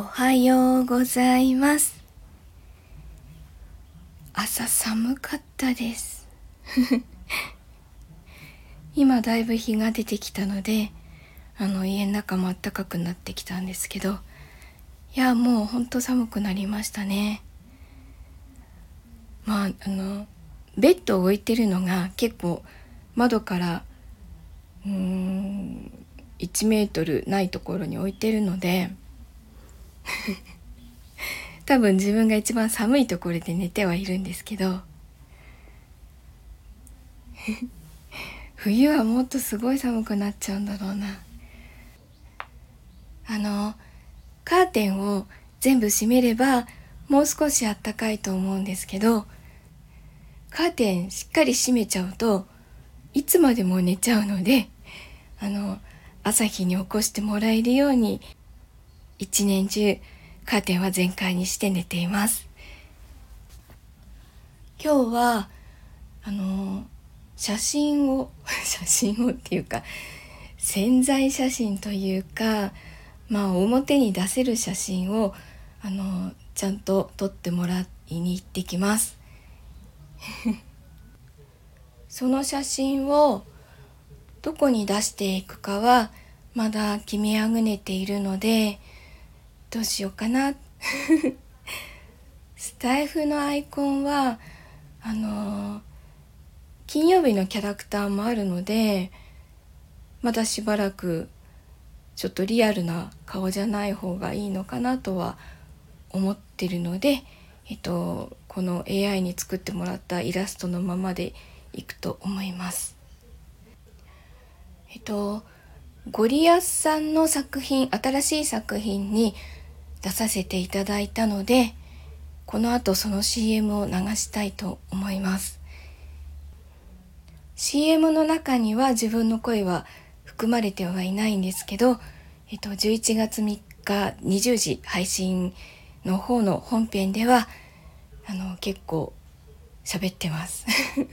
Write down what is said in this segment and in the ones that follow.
はようございます。朝寒かったです今だいぶ日が出てきたので家の中も暖かくなってきたんですけど、いやもうほんと寒くなりましたね。ベッドを置いてるのが結構窓から1メートルないところに置いてるので多分自分が一番寒いところで寝てはいるんですけど冬はもっとすごい寒くなっちゃうんだろうな。カーテンを全部閉めればもう少し暖かいと思うんですけど、カーテンしっかり閉めちゃうといつまでも寝ちゃうので、朝日に起こしてもらえるように一年中カーテンは全開にして寝ています。今日は写真をっていうか宣材写真というか、表に出せる写真をちゃんと撮ってもらいに行ってきますその写真をどこに出していくかはまだ決めあぐねているので、どうしようかなスタイフのアイコンは金曜日のキャラクターもあるので、まだしばらくちょっとリアルな顔じゃない方がいいのかなとは思ってるので、この AI に作ってもらったイラストのままでいくと思います。ゴリアスさんの作品、新しい作品に出させていただいたので、この後その CM を流したいと思います。CM の中には自分の声は含まれてはいないんですけど、11月3日20時配信の方の本編では結構喋ってます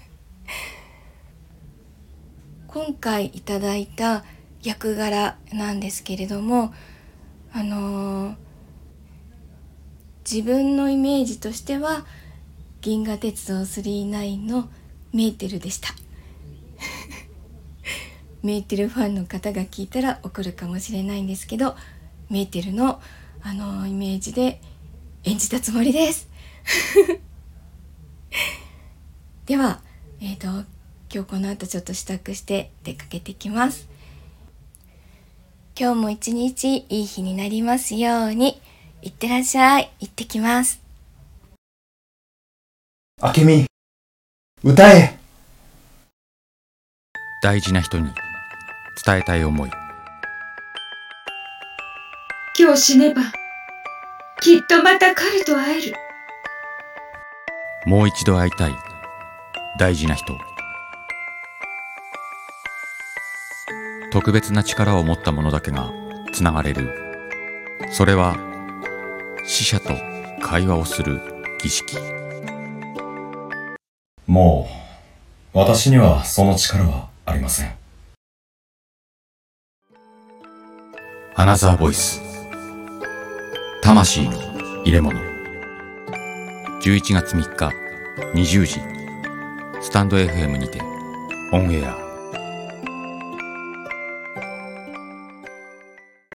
今回いただいた役柄なんですけれども、自分のイメージとしては銀河鉄道999のメーテルでしたメーテルファンの方が聞いたら怒るかもしれないんですけど、メーテルのイメージで演じたつもりですでは、今日この後ちょっと支度して出かけてきます。今日も一日いい日になりますように。いってらっしゃい。行ってきます。 あけみ、歌え。 大事な人に伝えたい思い。 今日死ねばきっとまた彼と会える。 もう一度会いたい大事な人。特別な力を持った者だけがつながれる。それは死者と会話をする儀式。 もう私にはその力はありません。 アナザーボイス、魂の入れ物。11月3日20時スタンド FM にてオンエア。